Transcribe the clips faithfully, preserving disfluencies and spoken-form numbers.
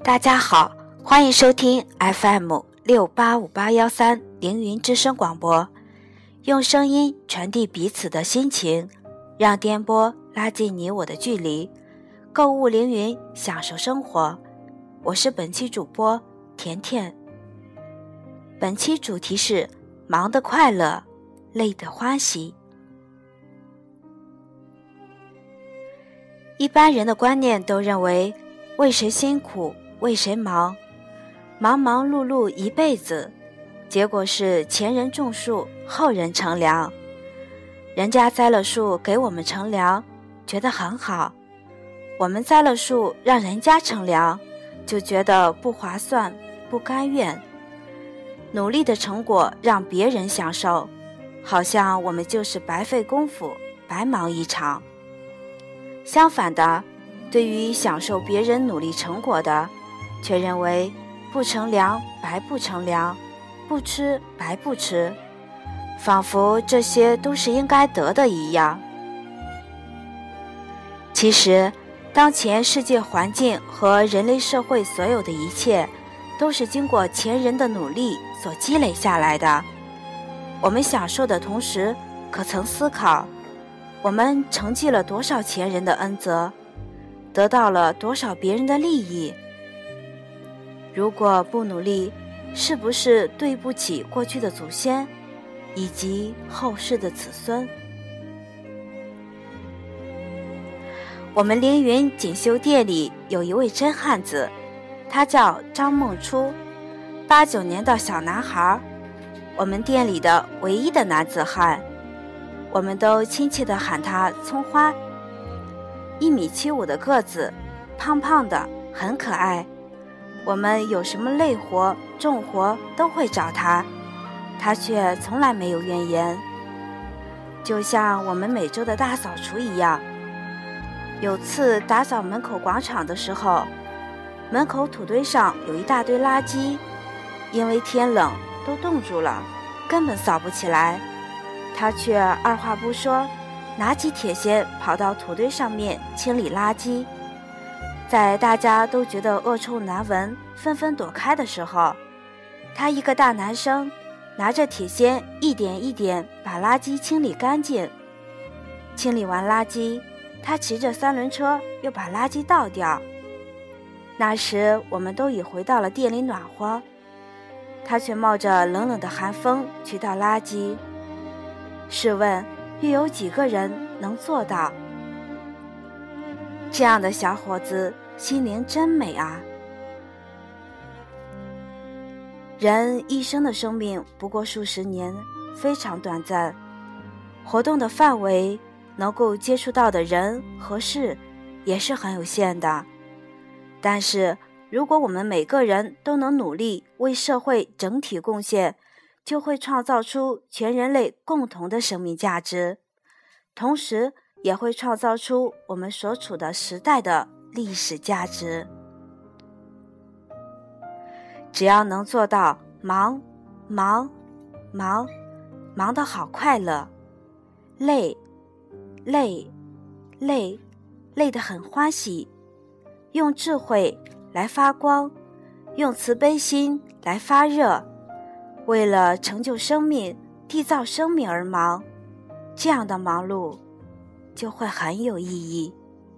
大家好，欢迎收听 F M 六八五八一三凌云之声广播，用声音传递彼此的心情，让电波拉近你我的距离，购物凌云，享受生活。我是本期主播甜甜。本期主题是忙的快乐，累的欢喜。一般人的观念都认为为谁辛苦为谁忙，忙忙碌碌一辈子，结果是前人种树后人乘凉。人家栽了树给我们乘凉，觉得很好，我们栽了树让人家乘凉，就觉得不划算不甘愿。努力的成果让别人享受，好像我们就是白费功夫白忙一场。相反的，对于享受别人努力成果的，却认为不乘凉白不乘凉，不吃白不吃，仿佛这些都是应该得的一样。其实当前世界环境和人类社会所有的一切都是经过前人的努力所积累下来的。我们享受的同时，可曾思考我们承继了多少前人的恩泽，得到了多少别人的利益？如果不努力，是不是对不起过去的祖先以及后世的子孙？我们凌云锦绣店里有一位真汉子，他叫张梦初，八九年的小男孩，我们店里的唯一的男子汉，我们都亲切地喊他葱花。一米七五的个子，胖胖的，很可爱。我们有什么累活重活都会找他，他却从来没有怨言。就像我们每周的大扫除一样，有次打扫门口广场的时候，门口土堆上有一大堆垃圾，因为天冷都冻住了，根本扫不起来。他却二话不说，拿起铁锨跑到土堆上面清理垃圾。在大家都觉得恶臭难闻纷纷躲开的时候，他一个大男生拿着铁锨一点一点把垃圾清理干净。清理完垃圾，他骑着三轮车又把垃圾倒掉。那时我们都已回到了店里暖和，他却冒着冷冷的寒风去倒垃圾。试问又有几个人能做到？这样的小伙子心灵真美啊！人一生的生命不过数十年，非常短暂，活动的范围能够接触到的人和事也是很有限的。但是如果我们每个人都能努力为社会整体贡献，就会创造出全人类共同的生命价值，同时也会创造出我们所处的时代的历史价值。只要能做到忙忙忙，忙得好快乐，累累累累得很欢喜，用智慧来发光，用慈悲心来发热，为了成就生命缔造生命而忙，这样的忙碌就会很有意义。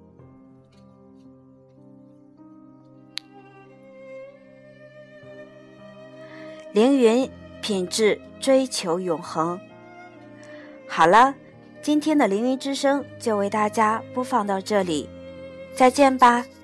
凌云品质追求永恒。好了，今天的凌云之声就为大家播放到这里，再见吧。